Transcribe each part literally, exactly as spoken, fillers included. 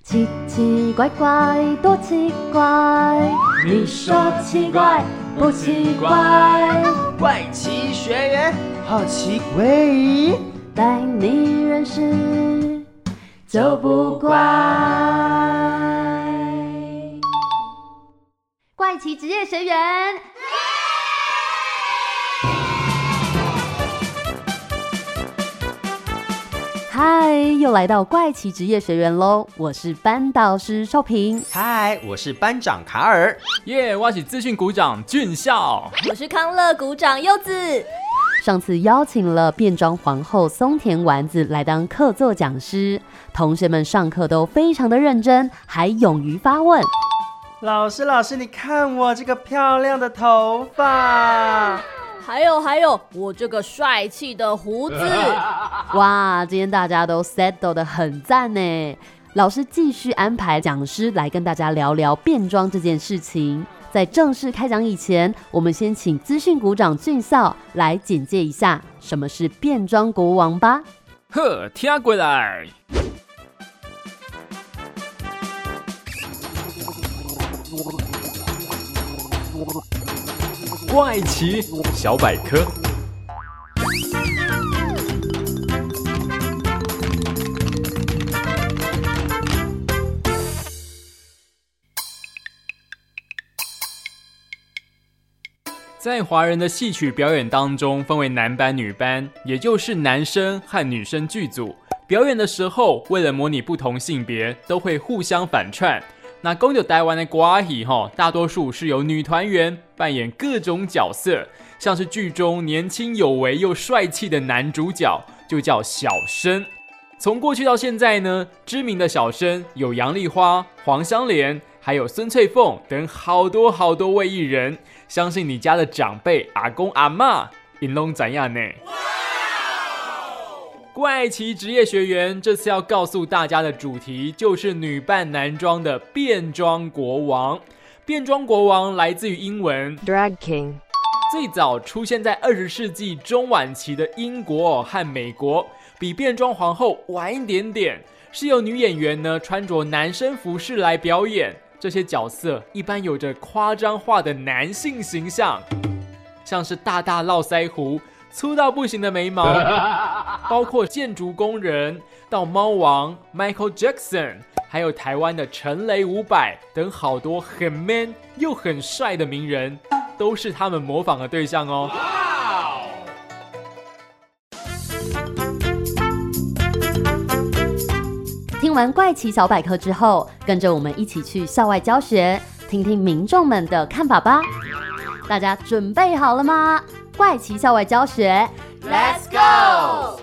奇奇怪怪多奇怪，你说奇怪不奇怪？ 怪奇学园好奇怪， 带你认识就不怪。怪奇职业学园，嗨，又来到怪奇职业学园咯，我是班导师少平。 嗨，我是班长卡尔。 耶、yeah, 我是资讯股长俊孝。 我是康乐股长柚子。 上次邀请了变装皇后松田丸子来当客座讲师，同学们上课都非常的认真，还勇于发问。 老师老师，你看我这个漂亮的头发， 还有还有我这个帅气的胡子。 哇，今天大家都 settle 得很赞呢。老师继续安排讲师来跟大家聊聊变装这件事情。在正式开讲以前，我们先请资讯股长俊孝来简介一下什么是变装国王吧。 呵，听过来。怪奇小百科。在华人的戏曲表演当中，分为男班、女班，也就是男生和女生剧组。表演的时候，为了模拟不同性别，都会互相反串。那讲到台湾的歌戏，大多数是由女团员扮演各种角色，像是剧中年轻有为又帅气的男主角，就叫小生。从过去到现在呢，知名的小生有杨丽花、黄香莲，还有孙翠凤等好多好多位艺人。相信你家的长辈阿公阿嬷因拢怎样呢？怪奇职业学园这次要告诉大家的主题就是女扮男装的变装国王。变装国王来自于英文 Drag King， 最早出现在二十世纪中晚期的英国和美国，比变装皇后晚一点点，是由女演员呢穿着男生服饰来表演。这些角色一般有着夸张化的男性形象，像是大大络腮胡、粗到不行的眉毛，包括建筑工人到猫王 Michael Jackson， 还有台湾的陈雷伍佰等好多很 man 又很帅的名人，都是他们模仿的对象哦。 听完怪奇小百科之后，跟着我们一起去校外教学，听听民众们的看法吧。大家准备好了吗？怪奇校外教学 Let's go！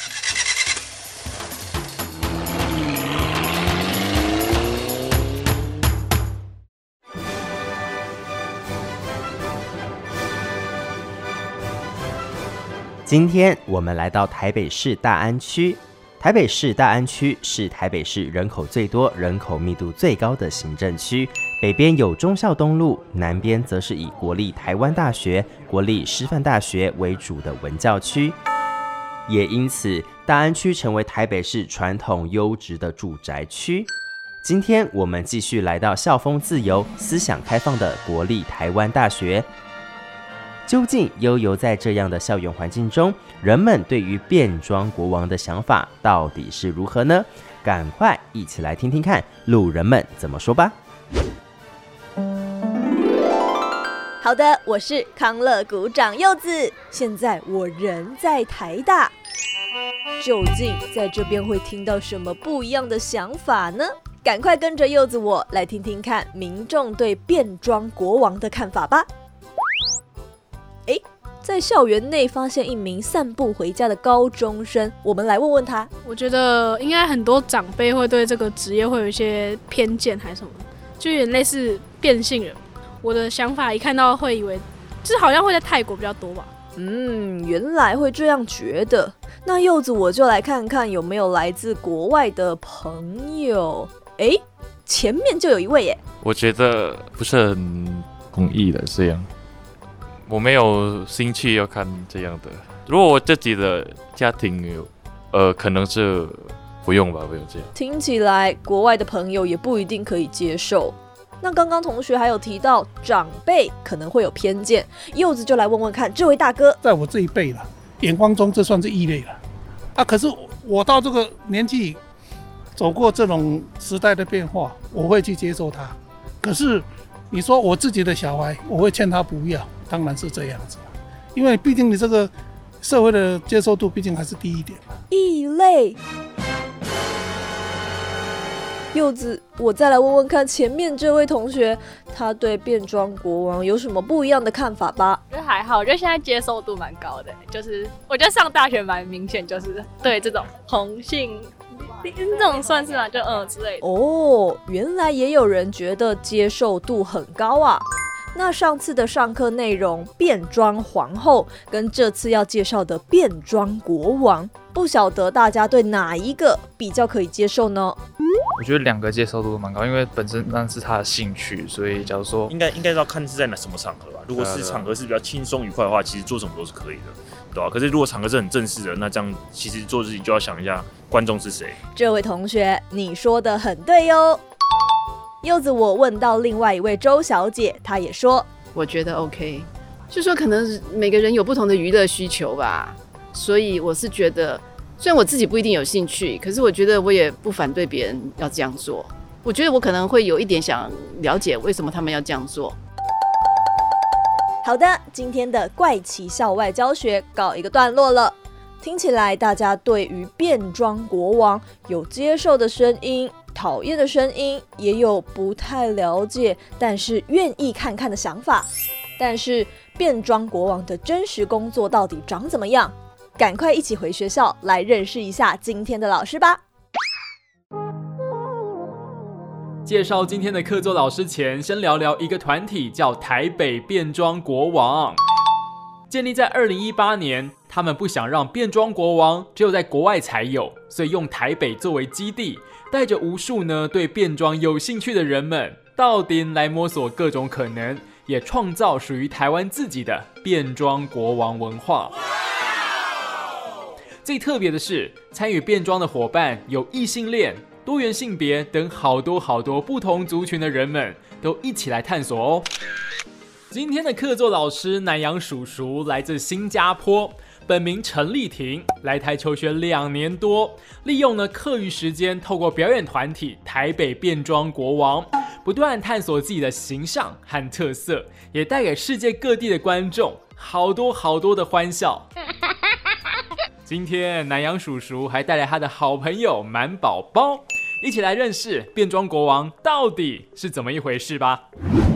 今天我们来到台北市大安区。台北市大安区是台北市人口最多、人口密度最高的行政区，北边有忠孝东路，南边则是以国立台湾大学、国立师范大学为主的文教区，也因此大安区成为台北市传统优质的住宅区。今天我们继续来到校风自由、思想开放的国立台湾大学。究竟悠游在这样的校园环境中，人们对于变装国王的想法到底是如何呢？赶快一起来听听看路人们怎么说吧。 好的，我是康乐股长柚子，现在我人在台大。究竟在这边会听到什么不一样的想法呢？赶快跟着柚子我来听听看民众对变装国王的看法吧。诶，在校园内发现一名散步回家的高中生，我们来问问他。 我觉得应该很多长辈会对这个职业会有一些偏见还是什么，就有点类似变性人。我的想法一看到会以为，就是好像会在泰国比较多吧。 嗯，原来会这样觉得。那柚子我就来看看有没有来自国外的朋友。诶，前面就有一位耶。 我觉得不是很同意的这样。我没有兴趣要看这样的。如果我自己的家庭有，呃，可能是不用吧，不用这样。 听起来国外的朋友也不一定可以接受。那刚刚同学还有提到长辈可能会有偏见，柚子就来问问看，这位大哥， 在我这一辈了，眼光中这算是异类了啊。可是我到这个年纪，走过这种时代的变化，我会去接受它。可是你说我自己的小孩，我会劝他不要，当然是这样子，因为毕竟你这个社会的接受度毕竟还是低一点嘛。 异类。柚子，我再来问问看前面这位同学，他对变装国王有什么不一样的看法吧？ 我觉得还好，我觉得现在接受度蛮高的，就是我觉得上大学蛮明显，就是对这种同性这种算是吗？就嗯之类的。 哦，原来也有人觉得接受度很高啊。那上次的上课内容变装皇后跟这次要介绍的变装国王，不晓得大家对哪一个比较可以接受呢？ 我觉得两个接受度都蛮高，因为本身那是他的兴趣，所以假如说应该应该要看是在哪什么场合吧。如果是场合是比较轻松愉快的话，其实做什么都是可以的，对吧、啊？可是如果场合是很正式的，那这样其实做自己就要想一下观众是谁。 这位同学，你说的很对哟。柚子，我问到另外一位周小姐，她也说， 我觉得 OK， 就说可能每个人有不同的娱乐需求吧，所以我是觉得。虽然我自己不一定有兴趣，可是我觉得我也不反对别人要这样做。我觉得我可能会有一点想了解为什么他们要这样做。 好的，今天的怪奇校外教学告一个段落了。听起来大家对于变装国王有接受的声音，讨厌的声音，也有不太了解但是愿意看看的想法。但是变装国王的真实工作到底长怎么样？赶快一起回学校来认识一下今天的老师吧。 介绍今天的客座老师前，先聊聊一个团体，叫台北变装国王。建立在二零一八年，他们不想让变装国王只有在国外才有，所以用台北作为基地，带着无数呢对变装有兴趣的人们，到顶来摸索各种可能，也创造属于台湾自己的变装国王文化。最特别的是，参与变装的伙伴有异性恋、多元性别等好多好多不同族群的人们，都一起来探索哦。今天的客座老师南洋叔叔来自新加坡，本名陈丽婷，来台求学两年多，利用呢课余时间，透过表演团体台北变装国王，不断探索自己的形象和特色，也带给世界各地的观众好多好多的欢笑。今天南洋叔叔还带来他的好朋友满宝宝，一起来认识变装国王到底是怎么一回事吧。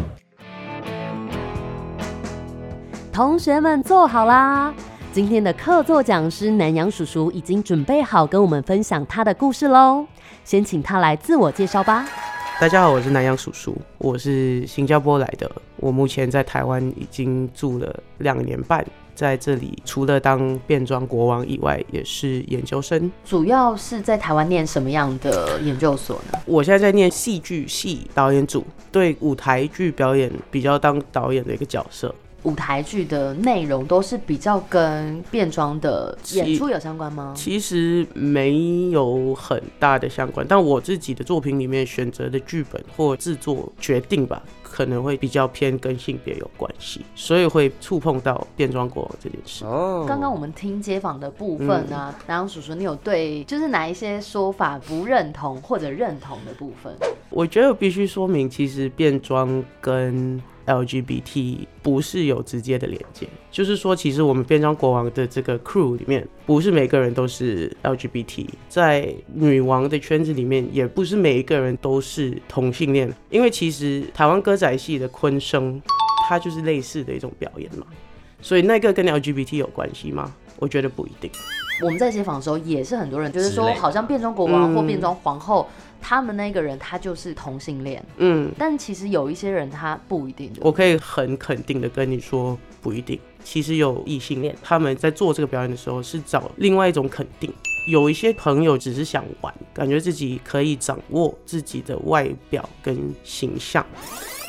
同学们坐好啦，今天的客座讲师南洋叔叔已经准备好跟我们分享他的故事咯，先请他来自我介绍吧。 大家好，我是南洋叔叔，我是新加坡来的，我目前在台湾已经住了两年半，在这里除了当变装国王以外，也是研究生。 主要是在台湾念什么样的研究所呢？ 我现在在念戏剧系导演组，对舞台剧表演比较当导演的一个角色。 舞台剧的内容都是比较跟变装的演出有相关吗？ 其实没有很大的相关，但我自己的作品里面选择的剧本或制作决定吧，可能会比较偏跟性别有关系，所以会触碰到变装国王这件事。 哦，刚刚我们听街访的部分啊，南洋叔叔，你有对就是哪一些说法不认同或者认同的部分？ 我觉得我必须说明，其实变装跟L G B T 不是有直接的连接，就是说其实我们变装国王的这个 crew 里面不是每个人都是 L G B T， 在女王的圈子里面也不是每一个人都是同性恋，因为其实台湾歌仔戏的昆生它就是类似的一种表演嘛，所以那个跟 L G B T 有关系吗？我觉得不一定。 我们在街访的时候也是很多人就是说好像变装国王或变装皇后、嗯、他们那个人他就是同性恋，嗯，但其实有一些人他不一定。 我可以很肯定的跟你说不一定，其实有异性恋他们在做这个表演的时候是找另外一种肯定，有一些朋友只是想玩，感觉自己可以掌握自己的外表跟形象，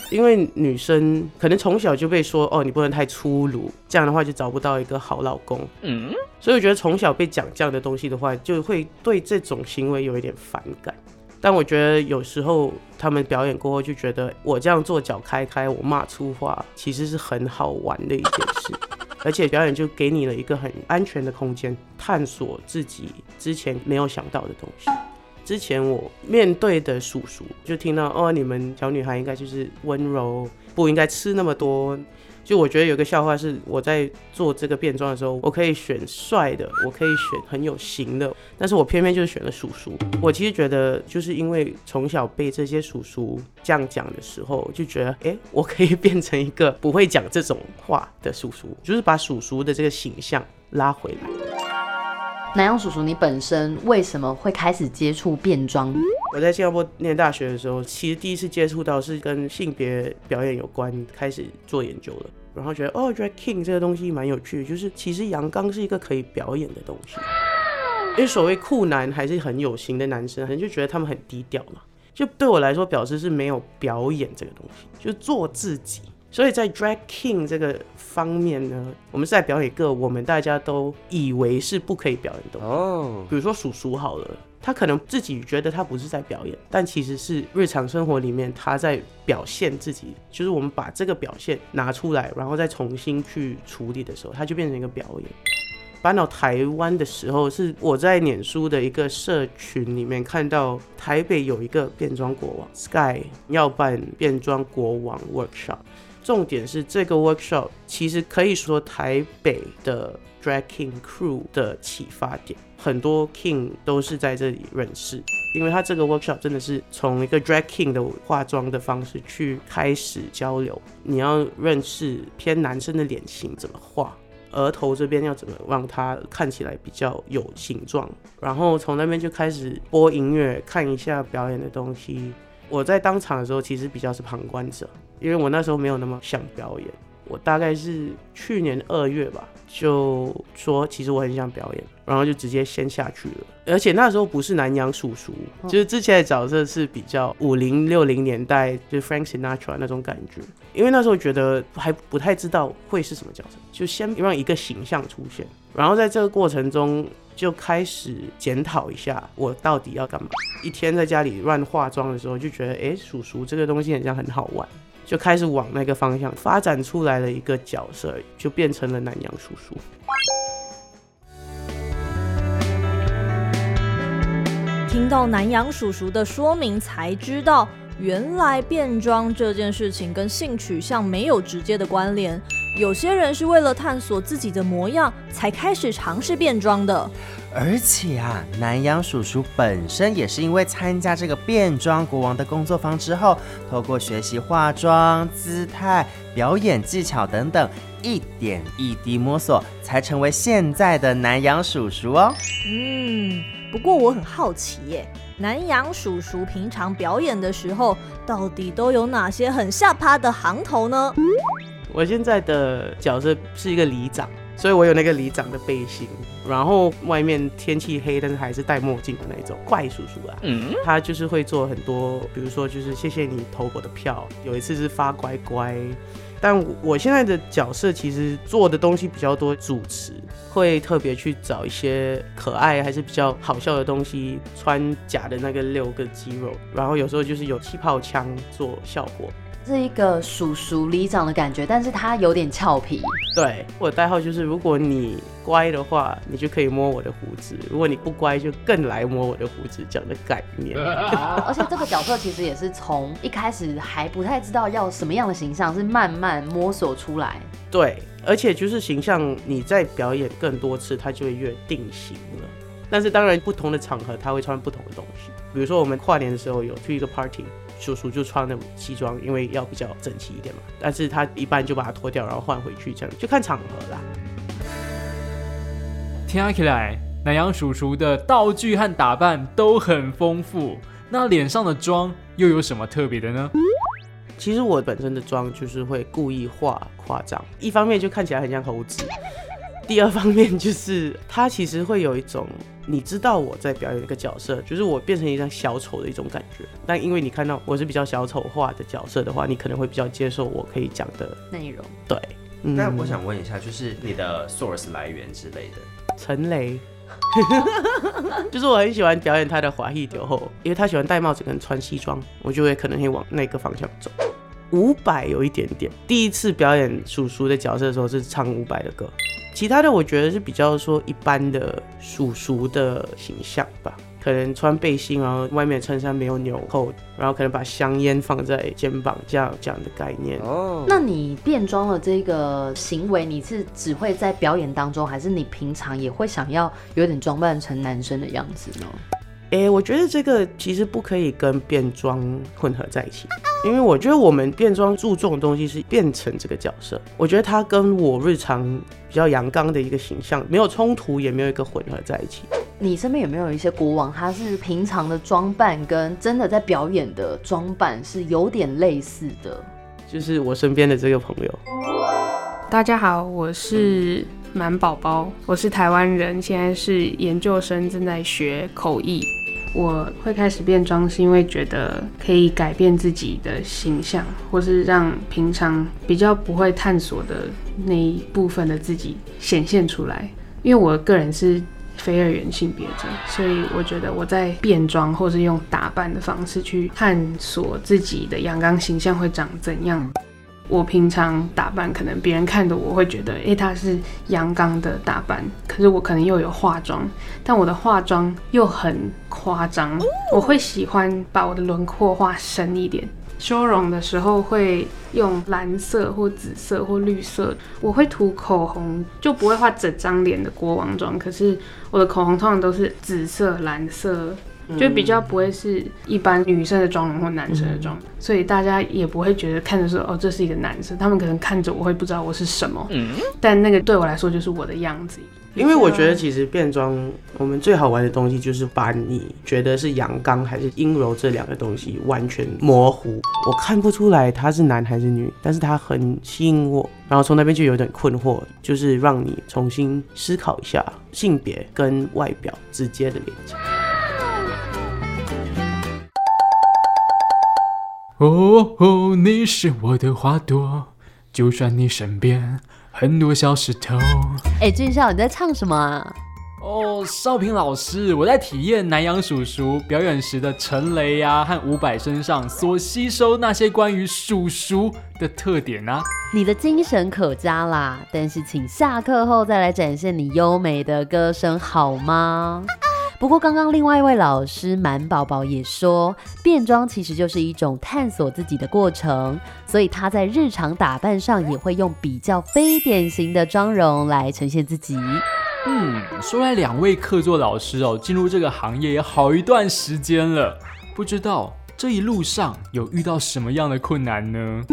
因为女生可能从小就被说哦，你不能太粗鲁，这样的话就找不到一个好老公。嗯，所以我觉得从小被讲这样的东西的话，就会对这种行为有一点反感。但我觉得有时候他们表演过后就觉得我这样做脚开开，我骂粗话，其实是很好玩的一件事。而且表演就给你了一个很安全的空间，探索自己之前没有想到的东西。之前我面对的叔叔就听到哦，你们小女孩应该就是温柔，不应该吃那么多。就我觉得有个笑话是，我在做这个变装的时候，我可以选帅的，我可以选很有型的，但是我偏偏就是选了叔叔。我其实觉得，就是因为从小被这些叔叔这样讲的时候，就觉得，哎，我可以变成一个不会讲这种话的叔叔，就是把叔叔的这个形象拉回来。 南洋叔叔，你本身为什么会开始接触变装？ 我在新加坡念大学的时候，其实第一次接触到是跟性别表演有关，开始做研究了，然后觉得哦 ，drag king 这个东西蛮有趣的，就是其实阳刚是一个可以表演的东西。因为所谓酷男还是很有型的男生，可能就觉得他们很低调嘛。就对我来说，表示是没有表演这个东西，就是做自己。所以在 drag king 这个方面呢，我们是在表演一个我们大家都以为是不可以表演的东西。哦，比如说叔叔好了，他可能自己觉得他不是在表演，但其实是日常生活里面他在表现自己。就是我们把这个表现拿出来，然后再重新去处理的时候，它就变成一个表演。搬到台湾的时候，是我在脸书的一个社群里面看到台北有一个变装国王 Sky 要办变装国王 workshop。重点是这个 workshop 其实可以说台北的 drag king crew 的启发点，很多 king 都是在这里认识，因为他这个 workshop 真的是从一个 drag king 的化妆的方式去开始交流。你要认识偏男生的脸型怎么画，额头这边要怎么让它看起来比较有形状，然后从那边就开始播音乐，看一下表演的东西。我在当场的时候其实比较是旁观者，因为我那时候没有那么想表演。我大概是去年二月吧，就说其实我很想表演，然后就直接先下去了。而且那时候不是南洋叔叔，就是之前的角色是比较五零六零年代，就是 Frank Sinatra 那种感觉。因为那时候觉得还不太知道会是什么角色，就先让一个形象出现，然后在这个过程中就开始检讨一下我到底要干嘛。一天在家里乱化妆的时候，就觉得哎，叔叔这个东西好像很好玩，就开始往那个方向发展出来了一个角色，就变成了南洋叔叔。 听到南洋叔叔的说明才知道，原来变装这件事情跟性取向没有直接的关联。有些人是为了探索自己的模样才开始尝试变装的。 而且啊，南洋叔叔本身也是因为参加这个变装国王的工作坊之后，透过学习化妆、姿态、表演技巧等等，一点一滴摸索，才成为现在的南洋叔叔哦。 嗯，不过我很好奇耶，南洋叔叔平常表演的时候，到底都有哪些很下趴的行头呢？ 我现在的角色是一个里长，所以我有那个里长的背心，然后外面天气黑，但是还是戴墨镜的那种怪叔叔啊。嗯，他就是会做很多，比如说就是谢谢你投我的票，有一次是发乖乖。但我现在的角色其实做的东西比较多，主持会特别去找一些可爱还是比较好笑的东西，穿假的那个六个肌肉，然后有时候就是有气泡枪做效果。 是一个叔叔里长的感觉，但是他有点俏皮。 对，我的代号就是如果你乖的话，你就可以摸我的胡子；如果你不乖，就更来摸我的胡子，这样的概念。 而且这个角色其实也是从一开始还不太知道要什么样的形象，是慢慢摸索出来。 对，而且就是形象，你在表演更多次，它就会越定型了。但是当然，不同的场合他会穿不同的东西。比如说我们跨年的时候有去一个 party， 叔叔就穿那种西装，因为要比较整齐一点嘛。但是他一般就把它脱掉，然后换回去，这样就看场合啦。 听起来，南洋叔叔的道具和打扮都很丰富，那脸上的妆又有什么特别的呢？ 其实我本身的妆就是会故意画夸张，一方面就看起来很像猴子。 第二方面就是他其实会有一种你知道我在表演一个角色，就是我变成一张小丑的一种感觉，但因为你看到我是比较小丑化的角色的话，你可能会比较接受我可以讲的内容。 对，嗯、 那我想问一下，就是你的 source 来源之类的。 陈雷就是我很喜欢表演他的华裔丢后，因为他喜欢戴帽子跟穿西装，我就会可能会往那个方向走。伍佰有一点点，第一次表演叔叔的角色的时候是唱伍佰的歌，其他的我觉得是比较说一般的叔叔的形象吧，可能穿背心，然后外面衬衫没有纽扣，然后可能把香烟放在肩膀这样这样的概念。 哦，那你变装的这个行为，你是只会在表演当中，还是你平常也会想要有点装扮成男生的样子呢？ 欸，我觉得这个其实不可以跟变装混合在一起，因为我觉得我们变装注重的东西是变成这个角色，我觉得它跟我日常比较阳刚的一个形象没有冲突，也没有一个混合在一起。 你身边有没有一些国王，他是平常的装扮跟真的在表演的装扮是有点类似的？ 就是我身边的这个朋友。 大家好，我是满宝宝，我是台湾人，现在是研究生，正在学口译。我会开始变装是因为觉得可以改变自己的形象，或是让平常比较不会探索的那一部分的自己显现出来。因为我个人是非二元性别者，所以我觉得我在变装或是用打扮的方式去探索自己的阳刚形象会长怎样。我平常打扮可能别人看的我会觉得，欸，它是阳刚的打扮，可是我可能又有化妆，但我的化妆又很夸张，我会喜欢把我的轮廓画深一点。修容的时候会用蓝色或紫色或绿色，我会涂口红，就不会画整张脸的国王妆，可是我的口红通常都是紫色、蓝色，就比较不会是一般女生的妆容或男生的妆，嗯，所以大家也不会觉得看着说哦这是一个男生，他们可能看着我会不知道我是什么，嗯，但那个对我来说就是我的样子。 因为我觉得其实变装我们最好玩的东西就是把你觉得是阳刚还是阴柔这两个东西完全模糊，我看不出来他是男还是女，但是他很吸引我，然后从那边就有点困惑，就是让你重新思考一下性别跟外表直接的连接。 哦哦，你是我的花朵，就算你身边很多小石头。 哎，俊孝，你在唱什么啊？ 哦，少平老师，我在体验南洋叔叔表演时的陈雷呀和伍佰身上所吸收那些关于叔叔的特点啊。 你的精神可嘉啦，但是请下课后再来展现你优美的歌声好吗？不过刚刚另外一位老师满宝宝也说，变装其实就是一种探索自己的过程，所以他在日常打扮上也会用比较非典型的妆容来呈现自己。 嗯，说来两位客座老师哦，进入这个行业也好一段时间了，不知道这一路上有遇到什么样的困难呢？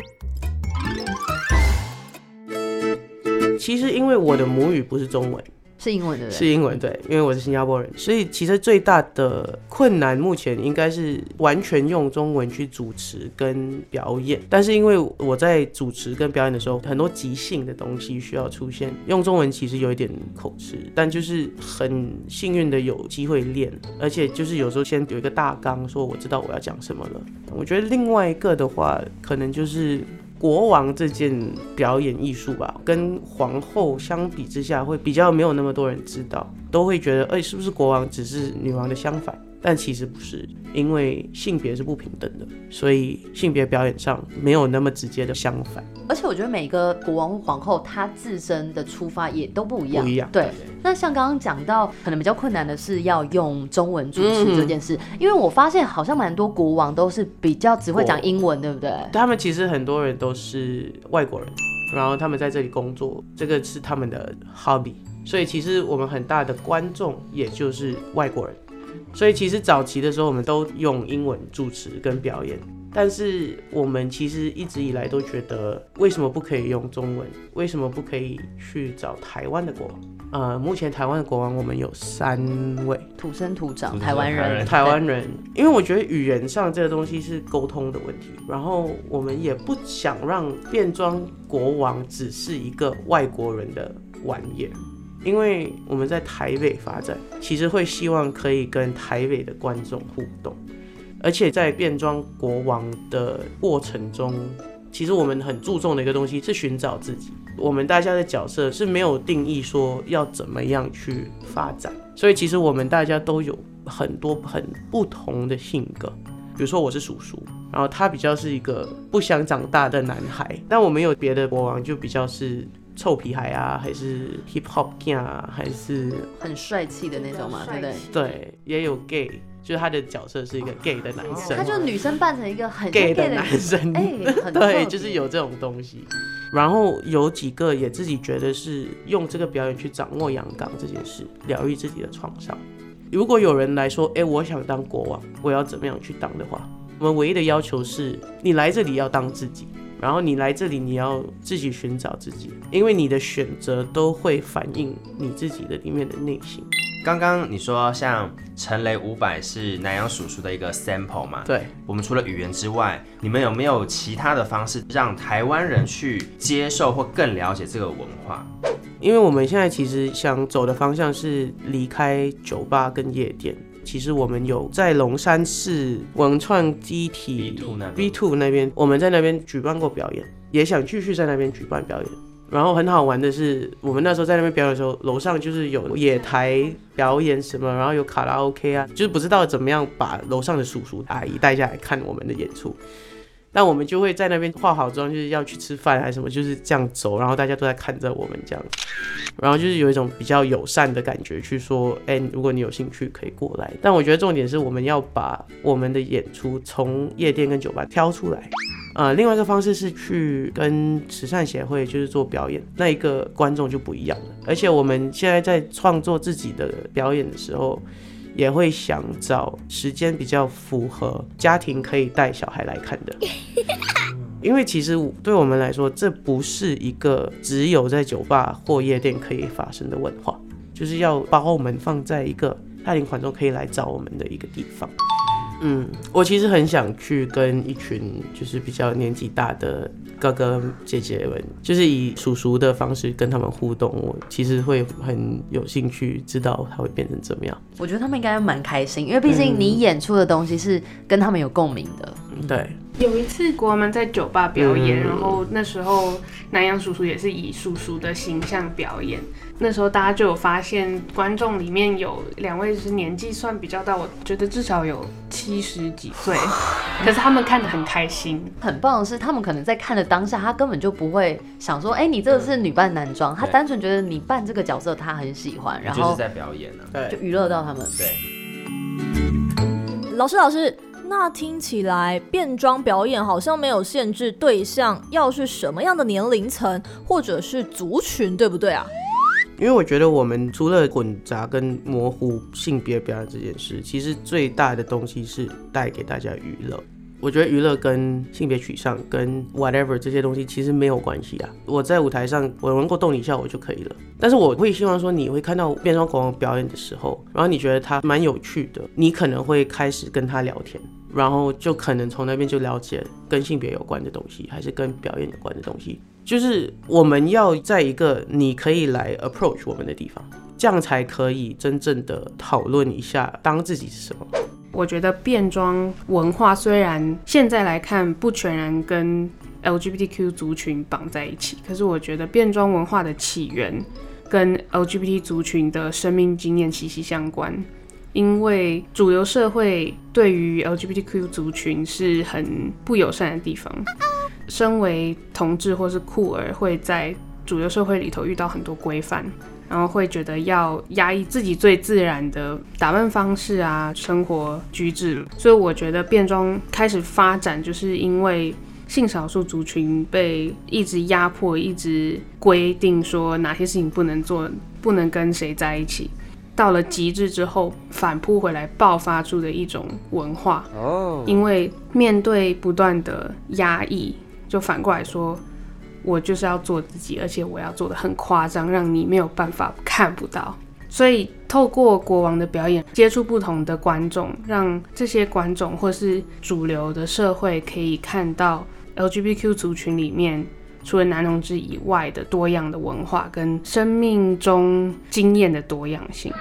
其实因为我的母语不是中文， 是英文对不对？ 是英文，对，因为我是新加坡人，所以其实最大的困难目前应该是完全用中文去主持跟表演。但是因为我在主持跟表演的时候，很多即兴的东西需要出现，用中文其实有一点口吃，但就是很幸运的有机会练，而且就是有时候先有一个大纲，说我知道我要讲什么了。我觉得另外一个的话，可能就是国王这件表演艺术吧，跟皇后相比之下，会比较没有那么多人知道，都会觉得，哎、欸，是不是国王只是女王的相反？但其实不是，因为性别是不平等的，所以性别表演上没有那么直接的相反。 而且我觉得每个国王或皇后他自身的出发也都不一样， 不一样。 对，那像刚刚讲到，可能比较困难的是要用中文主持这件事，嗯、因为我发现好像蛮多国王都是比较只会讲英文，对不对？ 他们其实很多人都是外国人，然后他们在这里工作，这个是他们的 hobby， 所以其实我们很大的观众也就是外国人。所以其实早期的时候我们都用英文主持跟表演，但是我们其实一直以来都觉得为什么不可以用中文，为什么不可以去找台湾的国王。呃，目前台湾的国王我们有三位， 土生土长台湾人， 台湾人，因为我觉得语言上这个东西是沟通的问题，然后我们也不想让变装国王只是一个外国人的玩意儿。因为我们在台北发展，其实会希望可以跟台北的观众互动，而且在变装国王的过程中，其实我们很注重的一个东西是寻找自己。我们大家的角色是没有定义说要怎么样去发展，所以其实我们大家都有很多很不同的性格。比如说我是叔叔，然后他比较是一个不想长大的男孩，但我们有别的国王就比较是臭皮孩啊，还是 hip hop king 啊，还是很帅气的那种嘛，对不对？ 对，也有 gay， 就是他的角色是一个 gay 的男生， 他就女生扮成一个很 gay 的男生， 哎、欸， 对，就是有这种东西。然后有几个也自己觉得是用这个表演去掌握阳刚这件事，疗愈自己的创伤。如果有人来说，哎、欸，我想当国王，我要怎么样去当的话，我们唯一的要求是，你来这里要当自己。然后你来这里，你要自己寻找自己，因为你的选择都会反映你自己的里面的内心。 刚刚你说像陈雷五百是南洋叔叔的一个 sample 嘛？ 对。 我们除了语言之外，你们有没有其他的方式让台湾人去接受或更了解这个文化？ 因为我们现在其实想走的方向是离开酒吧跟夜店。其实我们有在龙山市文创基体 B 二 那边，我们在那边举办过表演，也想继续在那边举办表演。然后很好玩的是，我们那时候在那边表演的时候，楼上就是有野台表演什么，然后有卡拉 OK 啊，就是不知道怎么样把楼上的叔叔阿姨带下来看我们的演出。但我们就会在那边化好妆，就是要去吃饭还是什么，就是这样走，然后大家都在看着我们这样，然后就是有一种比较友善的感觉，去说，哎、欸，如果你有兴趣可以过来。但我觉得重点是我们要把我们的演出从夜店跟酒吧挑出来。呃，另外一个方式是去跟慈善协会就是做表演，那一个观众就不一样了。而且我们现在在创作自己的表演的时候，也会想找时间比较符合家庭可以带小孩来看的，因为其实对我们来说，这不是一个只有在酒吧或夜店可以发生的文化，就是要把我们放在一个大庭观众可以来找我们的一个地方。嗯，我其实很想去跟一群就是比较年纪大的哥哥姐姐们，就是以叔叔的方式跟他们互动，我其实会很有兴趣知道他会变成怎么样。 我觉得他们应该蛮开心，因为毕竟你演出的东西是跟他们有共鸣的。 嗯、对。 有一次国王们在酒吧表演、嗯，然后那时候南洋叔叔也是以叔叔的形象表演。那时候大家就有发现，观众里面有两位是年纪算比较大，我觉得至少有七十几岁，可是他们看得很开心。 很棒的是，他们可能在看的当下，他根本就不会想说，哎、欸，你这个是女扮男装，他单纯觉得你扮这个角色他很喜欢，然后就是在表演啊， 就娱乐到他们。 对。 老师，老师。那听起来变装表演好像没有限制对象要是什么样的年龄层或者是族群，对不对啊？ 因为我觉得我们除了混杂跟模糊性别表演这件事，其实最大的东西是带给大家娱乐。我觉得娱乐跟性别取向跟 whatever 这些东西其实没有关系啊。我在舞台上我能够逗你笑我就可以了，但是我会希望说你会看到变装国王表演的时候，然后你觉得他蛮有趣的，你可能会开始跟他聊天，然后就可能从那边就了解跟性别有关的东西，还是跟表演有关的东西。就是我们要在一个你可以来 approach 我们的地方，这样才可以真正的讨论一下当自己是什么。 我觉得变装文化虽然现在来看不全然跟 L G B T Q 族群绑在一起，可是我觉得变装文化的起源跟 L G B T 族群的生命经验息息相关。因为主流社会对于 L G B T Q 族群是很不友善的地方，身为同志或是酷儿会在主流社会里头遇到很多规范，然后会觉得要压抑自己最自然的打扮方式啊、生活举止，所以我觉得变装开始发展，就是因为性少数族群被一直压迫，一直规定说哪些事情不能做，不能跟谁在一起。到了极致之后，反扑回来爆发出的一种文化。哦，因为面对不断的压抑，就反过来说，我就是要做自己，而且我要做得很夸张，让你没有办法看不到。所以透过国王的表演，接触不同的观众，让这些观众或是主流的社会可以看到 L G B T Q 族群里面除了男同志以外的多样的文化跟生命中经验的多样性。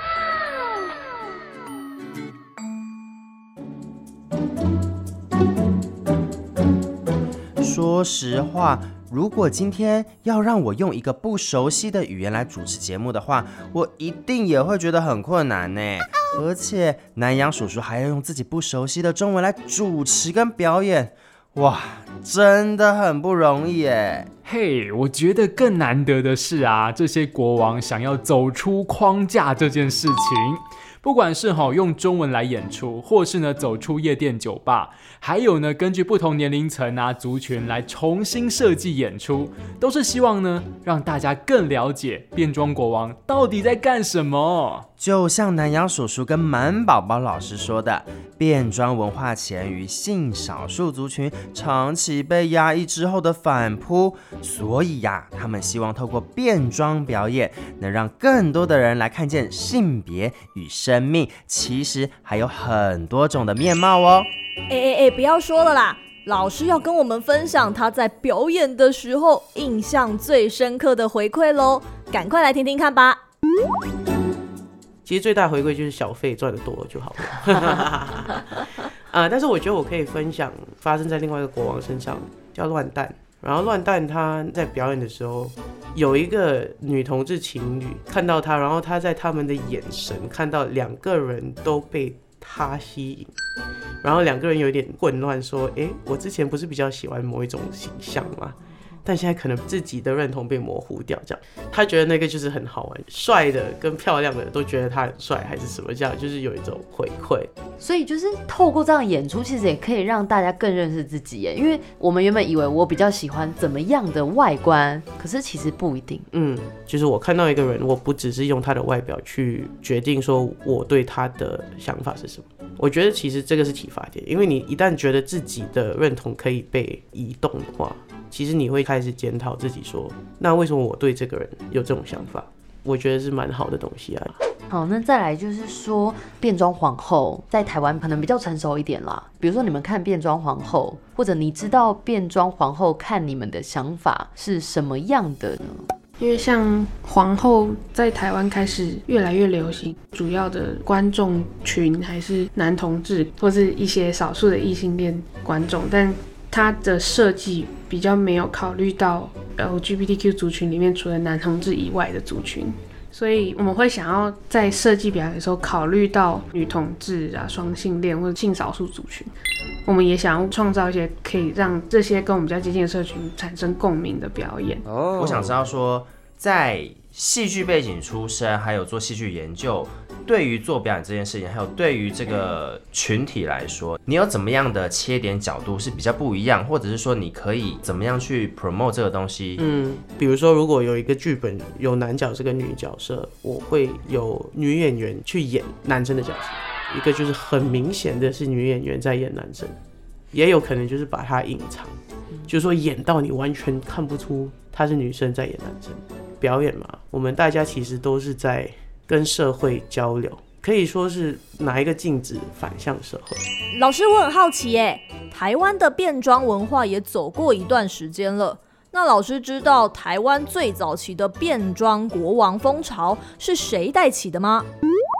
说实话，如果今天要让我用一个不熟悉的语言来主持节目的话，我一定也会觉得很困难呢。而且南洋叔叔还要用自己不熟悉的中文来主持跟表演，哇，真的很不容易耶。 嘿， hey, 我觉得更难得的是啊，这些国王想要走出框架这件事情。不管是用中文来演出，或是呢走出夜店酒吧，还有呢根据不同年龄层啊族群来重新设计演出，都是希望呢让大家更了解变装国王到底在干什么。 就像南洋叔叔跟满宝宝老师说的，变装文化前于性少数族群长期被压抑之后的反扑，所以呀、啊，他们希望透过变装表演，能让更多的人来看见性别与生命其实还有很多种的面貌哦。 哎哎哎，不要说了啦，老师要跟我们分享他在表演的时候印象最深刻的回馈咯，赶快来听听看吧。 其实最大回馈就是小费赚得多就好了。呃，但是我觉得我可以分享发生在另外一个国王身上，叫乱蛋。然后乱蛋他在表演的时候，有一个女同志情侣看到他，然后他在他们的眼神看到两个人都被他吸引，然后两个人有点混乱，说：“哎，我之前不是比较喜欢某一种形象吗？但现在可能自己的认同被模糊掉，这样他觉得那个就是很好玩，帅的跟漂亮的都觉得他很帅，还是什么，这样就是有一种回馈。 所以就是透过这样演出，其实也可以让大家更认识自己耶。因为我们原本以为我比较喜欢怎么样的外观，可是其实不一定。 嗯，就是我看到一个人，我不只是用他的外表去决定说我对他的想法是什么。我觉得其实这个是启发点，因为你一旦觉得自己的认同可以被移动的话，其实你会开始检讨自己说，那为什么我对这个人有这种想法？我觉得是蛮好的东西啊。 好，那再来就是说，变装皇后在台湾可能比较成熟一点啦。比如说你们看变装皇后，或者你知道变装皇后看你们的想法是什么样的呢？ 因为像皇后在台湾开始越来越流行，主要的观众群还是男同志或是一些少数的异性恋观众，但它的设计比较没有考虑到 L G B T Q 族群里面除了男同志以外的族群，所以我们会想要在设计表演的时候考虑到女同志啊、双性恋或者性少数族群。我们也想要创造一些可以让这些跟我们比较接近的社群产生共鸣的表演。 哦，我想知道说，在戏剧背景出身，还有做戏剧研究，对于做表演这件事情，还有对于这个群体来说，你有怎么样的切点角度是比较不一样，或者是说你可以怎么样去 promote 这个东西？ 嗯，比如说如果有一个剧本有男角色跟女角色，我会有女演员去演男生的角色，一个就是很明显的是女演员在演男生，也有可能就是把它隐藏，就是说演到你完全看不出她是女生在演男生。表演嘛，我们大家其实都是在跟社会交流，可以说是拿一个镜子反向社会。 老师，我很好奇耶，台湾的变装文化也走过一段时间了，那老师知道台湾最早期的变装国王风潮是谁带起的吗？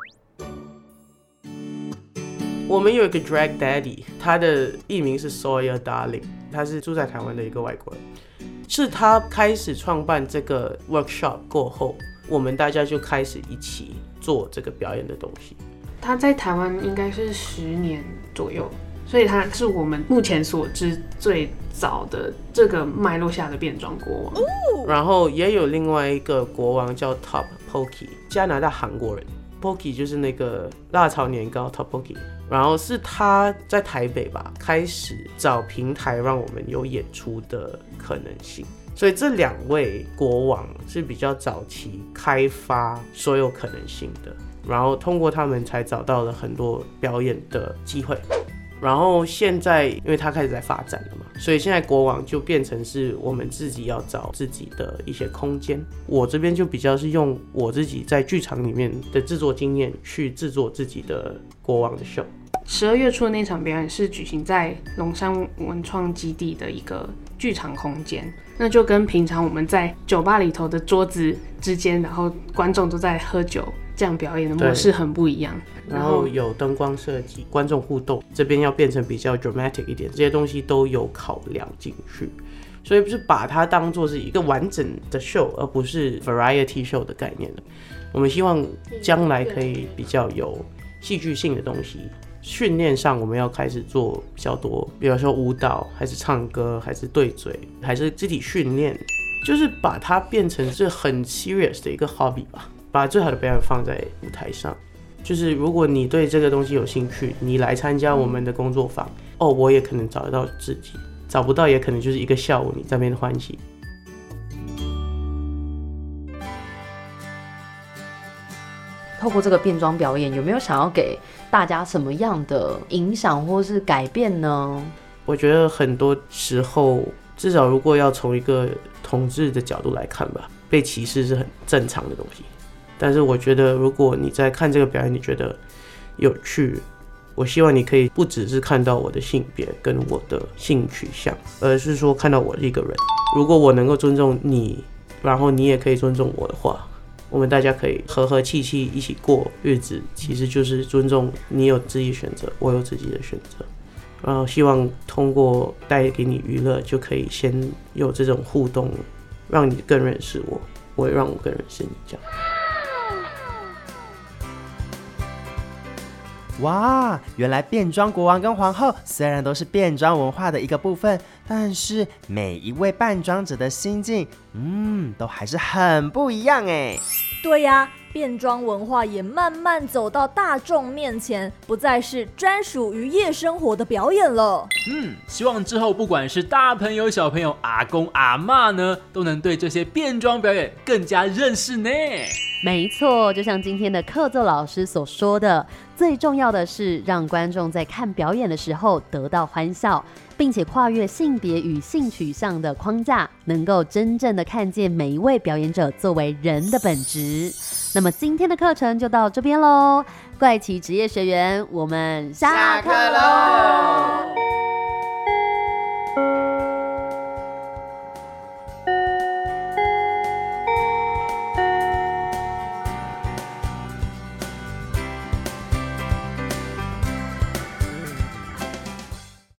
我们有一个 drag daddy， 他的艺名是 Sawyer Darling， 他是住在台湾的一个外国人。是他开始创办这个 workshop 过后，我们大家就开始一起做这个表演的东西。 他在台湾应该是十年左右，所以他是我们目前所知最早的这个脉络下的变装国王。 哦、然后也有另外一个国王叫 Top Pokey， 加拿大韩国人。Pokey 就是那个辣炒年糕 Top Pokey， 然后是他在台北吧开始找平台让我们有演出的可能性，所以这两位国王是比较早期开发所有可能性的，然后通过他们才找到了很多表演的机会。然后现在因为他开始在发展了嘛，所以现在国王就变成是我们自己要找自己的一些空间。我这边就比较是用我自己在剧场里面的制作经验去制作自己的国王的秀。 十二月初的那场表演是举行在龙山文创基地的一个剧场空间，那就跟平常我们在酒吧里头的桌子之间，然后观众都在喝酒这样表演的模式很不一样。 然后有灯光设计、观众互动，这边要变成比较 dramatic 一点，这些东西都有考量进去，所以不是把它当作是一个完整的 show， 而不是 variety show 的概念的。我们希望将来可以比较有戏剧性的东西。训练上我们要开始做比较多，比如说舞蹈，还是唱歌，还是对嘴，还是肢体训练，就是把它变成是很 serious 的一个 hobby 吧，把最好的表演放在舞台上。就是如果你对这个东西有兴趣，你来参加我们的工作坊，哦，我也可能找得到自己，找不到也可能就是一个下午你在那边欢喜。 透过这个变装表演，有没有想要给大家什么样的影响或是改变呢？ 我觉得很多时候，至少如果要从一个同志的角度来看吧，被歧视是很正常的东西。但是我觉得，如果你在看这个表演，你觉得有趣，我希望你可以不只是看到我的性别跟我的性取向，而是说看到我一个人。如果我能够尊重你，然后你也可以尊重我的话，我们大家可以和和气气一起过日子，其实就是尊重你有自己的选择，我有自己的选择。然后希望通过带给你娱乐，就可以先有这种互动，让你更认识我，我也让我更认识你，这样。 哇，原来变装国王跟皇后虽然都是变装文化的一个部分，但是每一位扮装者的心境，嗯，都还是很不一样哎。 对呀，变装文化也慢慢走到大众面前，不再是专属于夜生活的表演了。 嗯，希望之后不管是大朋友、小朋友、阿公、阿嬷呢，都能对这些变装表演更加认识呢。 没错，就像今天的客座老师所说的，最重要的是让观众在看表演的时候得到欢笑，并且跨越性别与性取向的框架，能够真正的看见每一位表演者作为人的本质。那么今天的课程就到这边咯，怪奇职业学员，我们下课喽。